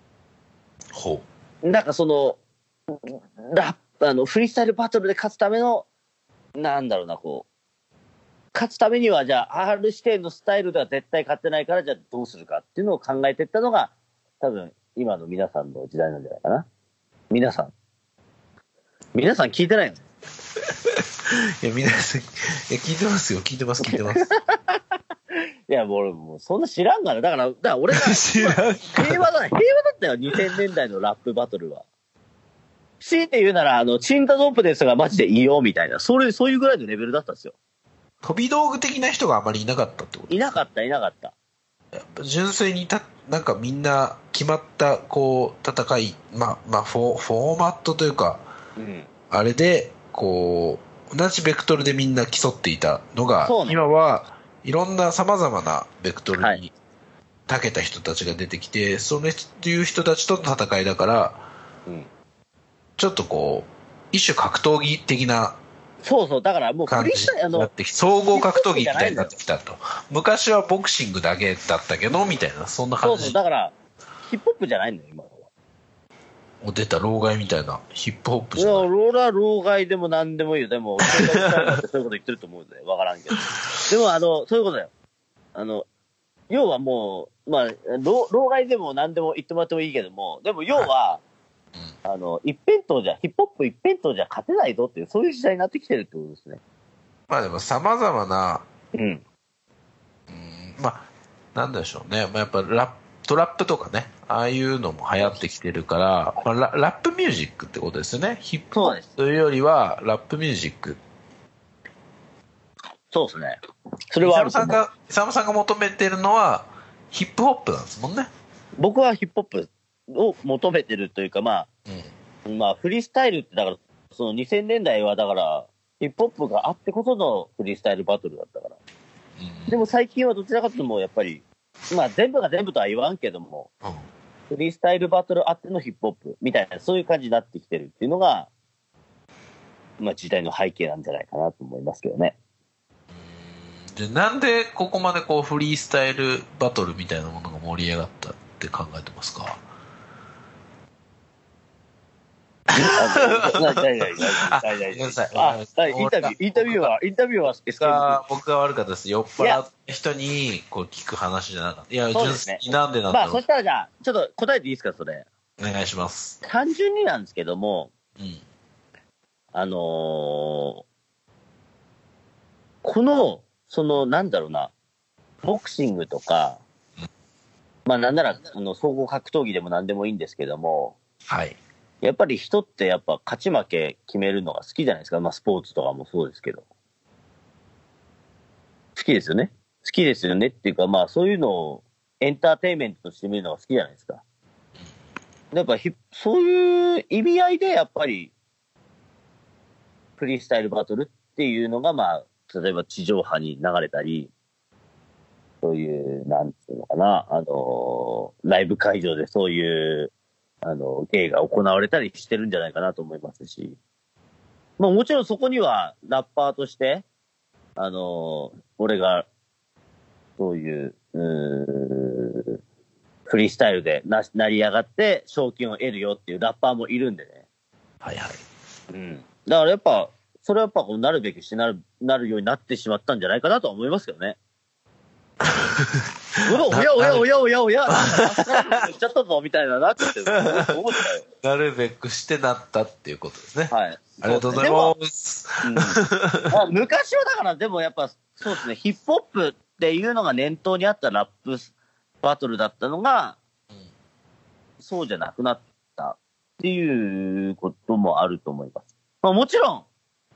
なんかフリースタイルバトルで勝つための、なんだろうな、こう、勝つためには、じゃあ、R 指定のスタイルでは絶対勝ってないから、じゃあどうするかっていうのを考えていったのが、多分、今の皆さんの時代なんじゃないかな。皆さん聞いてないの？ いや、皆さん、聞いてますよ。聞いてます。いや、もう、そんな知らんがな。だから俺が、平和だったよ、2000年代のラップバトルは。強いて言うなら、チンタドープですがマジでいいよ、みたいな。そういうぐらいのレベルだったんですよ。 飛び道具的な人があまりいなかったってこと？ いなかった。やっぱ純粋になんかみんな決まった、こう、戦い、まあ、フォーマットというか、あれで、こう、 同じベクトルでみんな競っていたのが、今はいろんな様々なベクトルに長けた人たちが出てきて、そういう人たちとの戦いだから、ちょっとこう、一種格闘技的なそうそう、だからもう感じになってきて、総合格闘技みたいになってきたと。昔はボクシングだけだったけど、みたいな、そんな感じ。 そうそう、だから、ヒップホップじゃないんだよ、今は。 出た、老害みたいな、ヒップホップじゃない。 老害でも何でもいいよ。でも、そういうこと言ってると思うんで、わからんけど。でも、そういうことだよ。要はもう、まあ、老害でも何でも言ってもらってもいいけども、でも要は、一辺倒じゃ、ヒップホップ一辺倒じゃ勝てないぞっていう、そういう時代になってきてるってことですね。 まあでも様々な、まあ、なんでしょうね。まあ、やっぱトラップとかね、ああいうのも流行ってきてるから、まあ、ラップミュージックってことですよね。ヒップホップというよりは、ラップミュージック。 そうですね。それはあると思う。 イサムさんが求めてるのは、ヒップホップなんですもんね。 僕はヒップホップを求めてるというか、まあ、まあ、フリースタイルって、だから、その2000年代は、だから、ヒップホップがあってこそのフリースタイルバトルだったから。でも最近はどちらかというともうやっぱり、まあ全部が全部とは言わんけども、フリースタイルバトルあってのヒップホップみたいな、そういう感じになってきてるっていうのが、まあ時代の背景なんじゃないかなと思いますけどね。 で、なんでここまでこうフリースタイルバトルみたいなものが盛り上がったって考えてますか？ インタビューは僕が悪かったです。酔っ払った人にこう聞く話じゃなかった。いや、純粋になんでなんだろう。 まあ、そしたらじゃあ、ちょっと答えていいですか、それ。 お願いします。 単純になんですけども、この、なんだろうな、ボクシングとか、まあなんなら、総合格闘技でも何でもいいんですけども、 はい。 やっぱり人ってやっぱ勝ち負け決めるのが好きじゃないですか。まあスポーツとかもそうですけど。好きですよね。好きですよねっていうか、まあそういうのをエンターテインメントとして見るのが好きじゃないですか。やっぱそういう意味合いでやっぱりフリースタイルバトルっていうのがまあ、例えば地上波に流れたり、そういう、なんていうのかな、ライブ会場でそういう、芸が行われたりしてるんじゃないかなと思いますし、まあもちろんそこにはラッパーとして、俺が、そういう、フリースタイルで成り上がって賞金を得るよっていうラッパーもいるんでね。 はいはい。 だからやっぱ、それはやっぱなるべきしてなるようになってしまったんじゃないかなとは思いますけどね。おや、言っちゃったぞ、みたいななって思ったよ。 なるべくしてなったっていうことですね。 はい。 ありがとうございます。 昔はだから、でもやっぱ、そうですね、ヒップホップっていうのが念頭にあったラップバトルだったのが、そうじゃなくなったっていうこともあると思います。まあもちろん、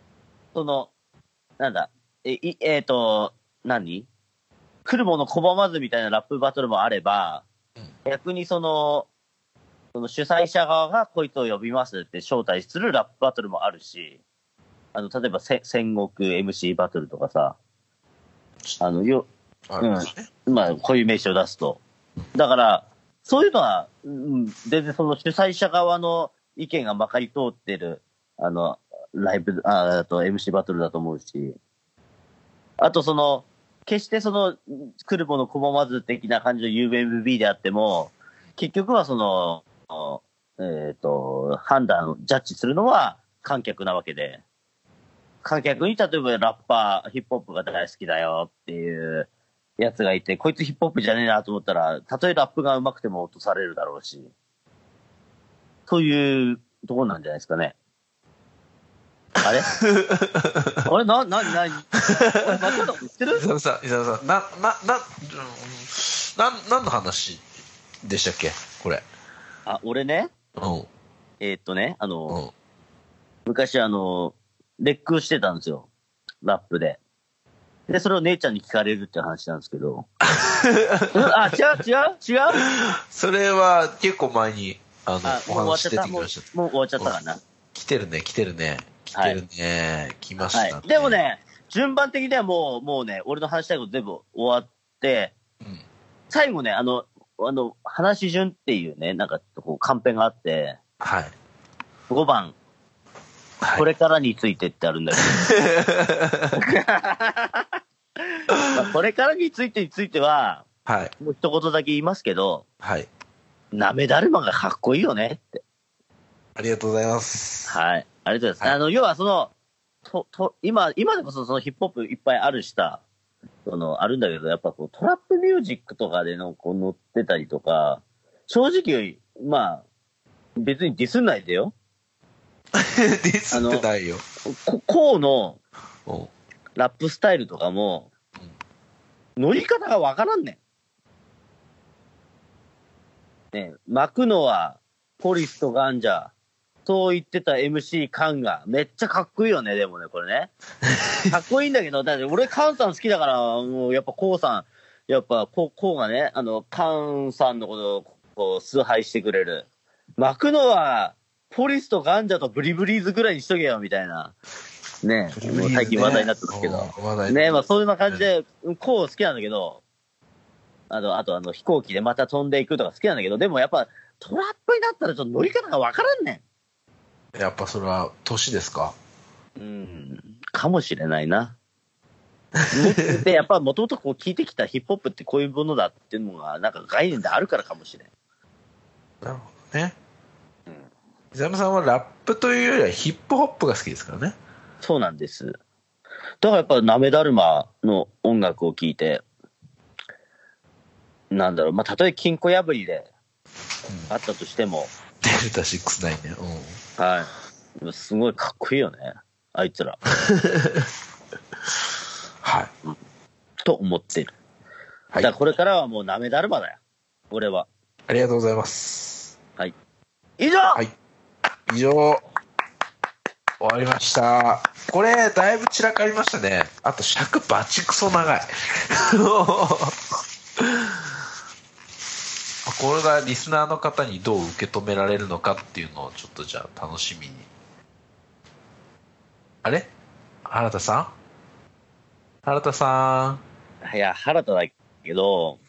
なんだ、何来るもの拒まずみたいなラップバトルもあれば、逆にその主催者側がこいつを呼びますって招待するラップバトルもあるし、例えば戦国 MC バトルとかさ、まあ、こういう名詞を出すと。だから、そういうのは、全然その主催者側の意見がまかり通ってる、ライブ、あと MC バトルだと思うし、あと決して来るもの拒まず的な感じの UMB であっても、結局は判断、ジャッジするのは観客なわけで、観客に例えばラッパー、ヒップホップが大好きだよっていうやつがいて、こいつヒップホップじゃねえなと思ったら、たとえラップが上手くても落とされるだろうし、そういうところなんじゃないですかね。あれあれ何言ってる？ 伊沢さん、何の話でしたっけこれ。 俺ね。昔レックしてたんですよ。ラップで。で、それを姉ちゃんに聞かれるって話なんですけど。違うそれは結構前に、お話出てきました。 もう終わっちゃったかな。 来てるね。 来てるね。来ましたね。 はい。でもね、順番的にはもうね、俺の話したいこと全部終わって、最後ね、話順っていうね、なんかこう、カンペがあって、 はい。 5番、はい、これからについてってあるんだけど。まあ、これからについては、はい。もう一言だけ言いますけど、はい。なめだるまがかっこいいよねって。 ありがとうございます。 はい。ありがとうございます。はい、要は今でこそそのヒップホップいっぱいあるあるんだけど、やっぱこうトラップミュージックとかでこう乗ってたりとか、正直、まあ、別にディスんないでよ。 ディスってないよ。 こうのラップスタイルとかも、乗り方がわからんねん。ね、巻くのはポリスとガンジャー。そう言ってた MC カンが、めっちゃかっこいいよね、でもね、これね。かっこいいんだけど、だって俺カンさん好きだから、もうやっぱコウさん、やっぱコウがね、カンさんのことをこう崇拝してくれる。巻くのは、ポリスとガンジャとブリブリーズぐらいにしとけよ、みたいな。ね、もう最近話題になってますけど。ね、まあそういう感じで、コウ好きなんだけど、あと飛行機でまた飛んでいくとか好きなんだけど、でもやっぱトラップになったらちょっと乗り方がわからんねん。 やっぱそれは年ですか？ かもしれないな。で、やっぱもともとこう聞いてきたヒップホップってこういうものだっていうのがなんか概念であるからかもしれん。 なるほどね。伊沢さんはラップというよりはヒップホップが好きですからね。 そうなんです。だからやっぱなめだるまの音楽を聴いて、なんだろう、まあ、たとえ金庫破りであったとしても、 デルタ69ね。 はい。すごいかっこいいよね。あいつら。 はい。 と思ってる。はい。だからこれからはもうなめだるまだよ。俺は。 ありがとうございます。 はい。以上。 はい。以上。終わりました。これ、だいぶ散らかりましたね。あと尺バチクソ長い。これがリスナーの方にどう受け止められるのかっていうのをちょっとじゃあ楽しみに。あれ？原田さん？原田さん。いや、原田だけど、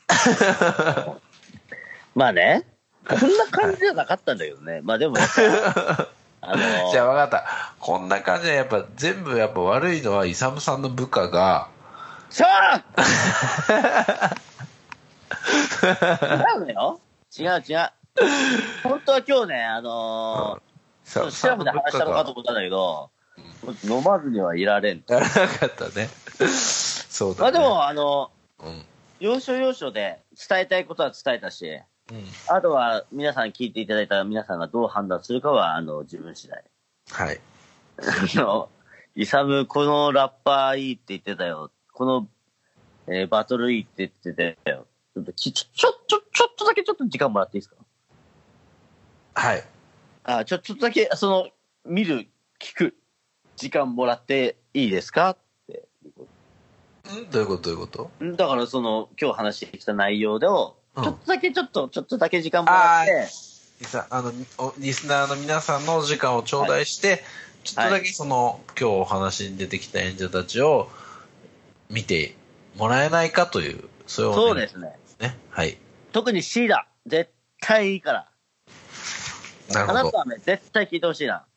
まあね、こんな感じじゃなかったんだけどね。はい、まあでもやっぱ、 じゃあ分かった。こんな感じでやっぱ全部やっぱ悪いのはイサムさんの部下が。 違うのよ。違う。本当は今日ね、シラフで話したのかと思ったんだけど、飲まずにはいられん。 やらなかったね。そうだね。 まあでも、要所要所で伝えたいことは伝えたし、あとは皆さん聞いていただいた皆さんがどう判断するかは、自分次第。はい。イサム、このラッパーいいって言ってたよ。この、バトルいいって言ってたよ。ちょっとだけちょっと時間もらっていいですか？ はい。 ちょっとだけ、見る、聞く、時間もらっていいですかって。 どういうことだから今日話してきた内容でちょっとだけ時間もらって。 リスナーの皆さんのお時間を頂戴して、はい、ちょっとだけ今日お話に出てきた演者たちを見てもらえないかという、 そうですね。 はい。 特に C だ。絶対いいから。 なるほど。 あなたはね、絶対聞いてほしいな。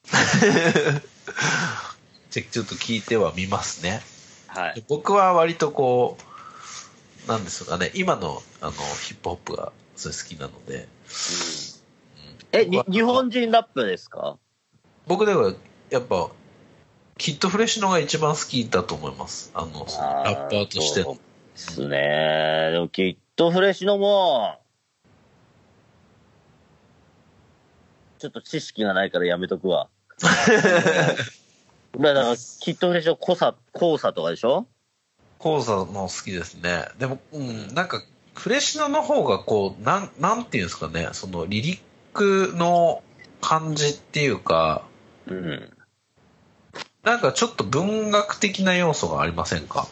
じゃちょっと聞いてはみますね。 はい。 僕は割となんですかね、今のヒップホップがそれ好きなので。 日本人ラップですか？ 僕ではやっぱキッドフレッシュのが一番好きだと思います。ラッパーとしての。 そうですね。でもキッドフレッシュのもちょっと知識がないからやめとくわ。だからキッドフレッシュ黄砂とかでしょ？ 黄砂も好きですね。でも、なんかフレッシュの方がなんていうんですかね、リリックの感じっていうか、なんかちょっと文学的な要素がありませんか？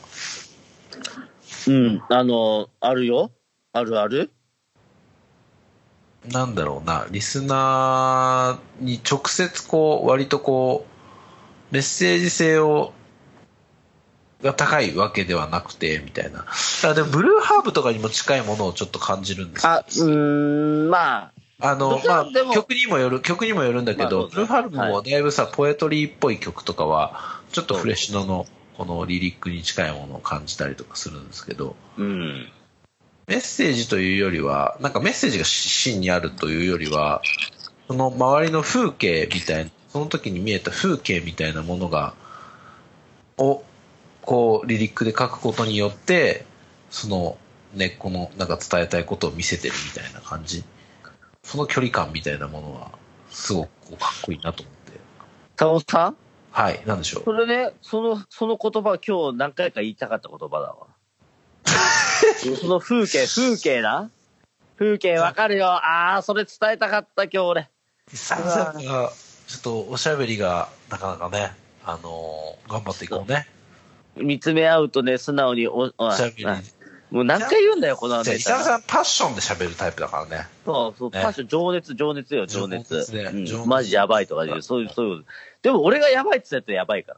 あるよ。ある。 なんだろうな、リスナーに直接割とメッセージ性が高いわけではなくて、みたいな。でも、ブルーハーブとかにも近いものをちょっと感じるんですよ。 まあ、 曲にもよるんだけど、ブルーハーブもだいぶさ、ポエトリーっぽい曲とかは、ちょっとフレッシュのこのリリックに近いものを感じたりとかするんですけど、メッセージというよりは、なんかメッセージが真にあるというよりは、その周りの風景みたいな、その時に見えた風景みたいなものをこうリリックで書くことによって、その根っこのなんか伝えたいことを見せてるみたいな感じ。その距離感みたいなものは、すごくかっこいいなと思って。 タオさん？ はい、なんでしょう。 それね、その言葉は今日何回か言いたかった言葉だわ。その風景な。風景わかるよ。それ伝えたかった今日俺。 久々が、ちょっとおしゃべりがなかなかね、頑張っていこうね。 見つめ合うとね、素直におしゃべり。もう何回言うんだよ、この話。久々さんパッションで喋るタイプだからね。 そう、ね、パッション、情熱よ、情熱。 でマジやばいとか言う、そういう。でも俺がやばいって言ったらやばいから。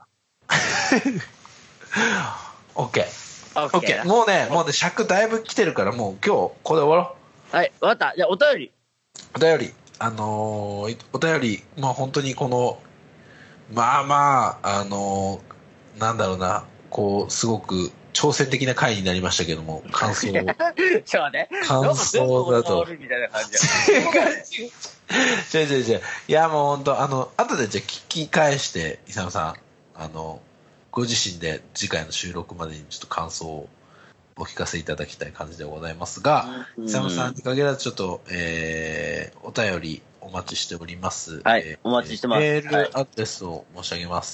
オッケー。もうね、尺だいぶ来てるから、もう今日、これで終わろう。はい、わかった。じゃあ、お便り。 お便り、まあ本当にこの、なんだろうな、こう、すごく挑戦的な回になりましたけども、感想を。 そうね。 感想だと。違う。いや、もう本当、後でじゃあ聞き返して、イサムさん、ご自身で次回の収録までにちょっと感想をお聞かせいただきたい感じでございますが、イサムさんに限らずちょっと、お便りお待ちしております。 はい、お待ちしてます。 メールアドレスを申し上げます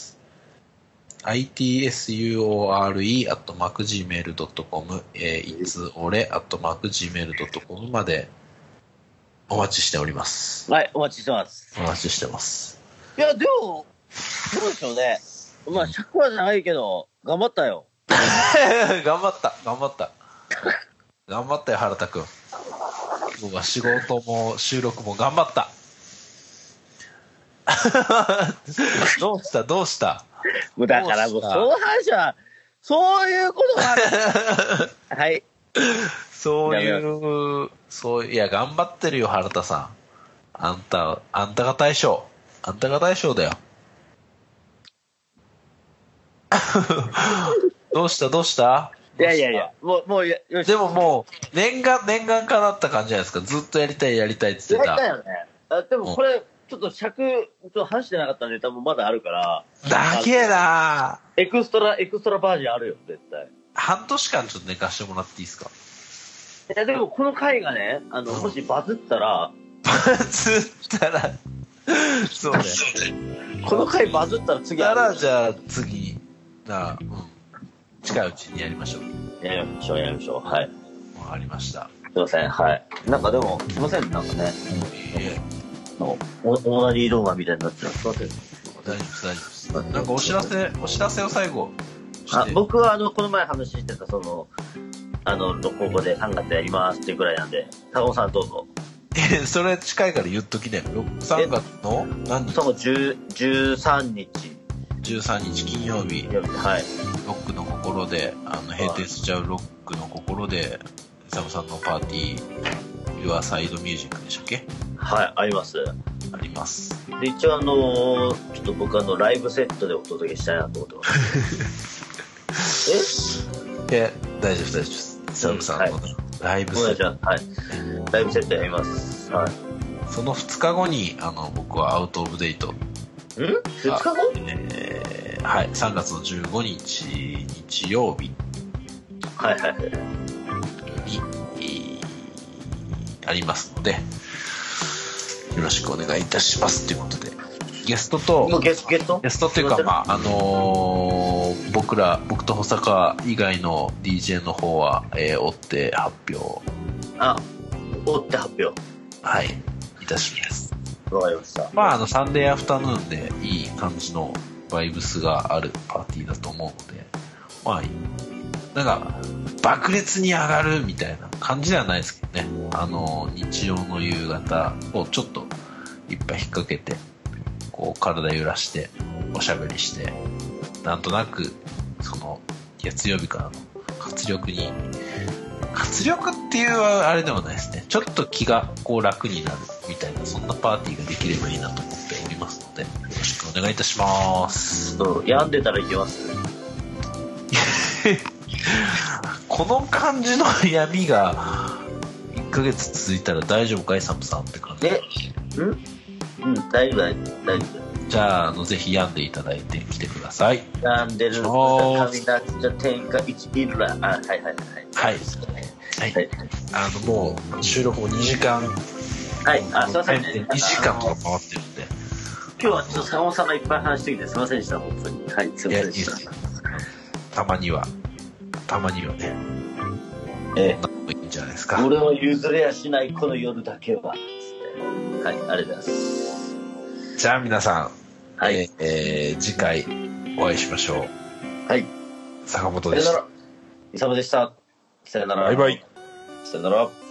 。itsure@gmail.com、いつおれ@gmail.com までお待ちしております。 はい、お待ちしてます。 お待ちしてます。 いや、でも、どうでしょうね。まあ、尺は長いけど、頑張ったよ。 頑張ったよ、原田くん。今日は仕事も収録も頑張った。どうしたもうだからもう、その話は、そういうことがある。はい。 いや、頑張ってるよ、原田さん。あんたが大将だよ。どうしたいや、もう、よし。 でももう、念願かなった感じじゃないですか。ずっとやりたいって言ってた。 やりたいよね。でもこれ、ちょっと尺、話してなかったネタもまだあるから。 だけーなエクストラバージョンあるよ、絶対。 半年間ちょっと寝かしてもらっていいですか？ いや、でもこの回がね、もしバズったら、 そうね。 この回バズったら次じゃあ次、近いうちにやりましょう。 やりましょう。はい。 わかりました。 すいません、はい。なんかでも、すいません、なんかね。オーナリー動画みたいになっちゃう。大丈夫です。なんかお知らせを最後。 僕はこの前話してた、ここで3月やりますっていうくらいなんで、高尾さんどうぞ。 それ近いから言っときね。3月の何日？ その13日。 13日金曜日。 はい。 ロックの心で、閉店しちゃうロックの心で、イサムさんのパーティー、Your Side Music でしたっけ？ はい、あります。で、一応ちょっと僕ライブセットでお届けしたいなと思ってます。 大丈夫です。イサムさんのライブセット。 はい。ライブセットやります。はい。 その2日後に、僕はアウトオブデート。 2日後？ はい、3月の15日、日曜日。 はい。 に、ありますので、よろしくお願いいたしますということで、ゲストっていうか、僕と保坂以外の DJ の方は、追って発表。はい、いたします。 わかりました。 サンデーアフタヌーンでいい感じのバイブスがあるパーティーだと思うので、なんか、爆裂に上がるみたいな感じではないですけどね。日曜の夕方をちょっといっぱい引っ掛けて、 こう体揺らしておしゃべりして、なんとなくその月曜日からの活力っていうあれではないですね。ちょっと気がこう楽になるみたいな、そんなパーティーができればいいなと思っておりますので、よろしくお願いいたします。 病んでたらいけます。 この感じの闇が1ヶ月続いたら大丈夫かい、サムさんって感じ。 大丈夫。 じゃあ、ぜひ病んでいただいてきてください。 病んでる神なつじゃ天下一ビルラ。はい。 もう収録も2時間。 はい。すいませんね。 2時間とか回ってるんで。 今日はちょっと坂本さんがいっぱい話してきてすいませんでした、本当に。はい、すいませんでした。 たまにはね。いいんじゃないですか。 俺は譲れやしないこの夜だけは。はい、ありがとうございます。 じゃあ皆さん、 はい、 次回お会いしましょう。 はい。 坂本でした。 イサムでした。さよなら。 バイバイ。 さよなら。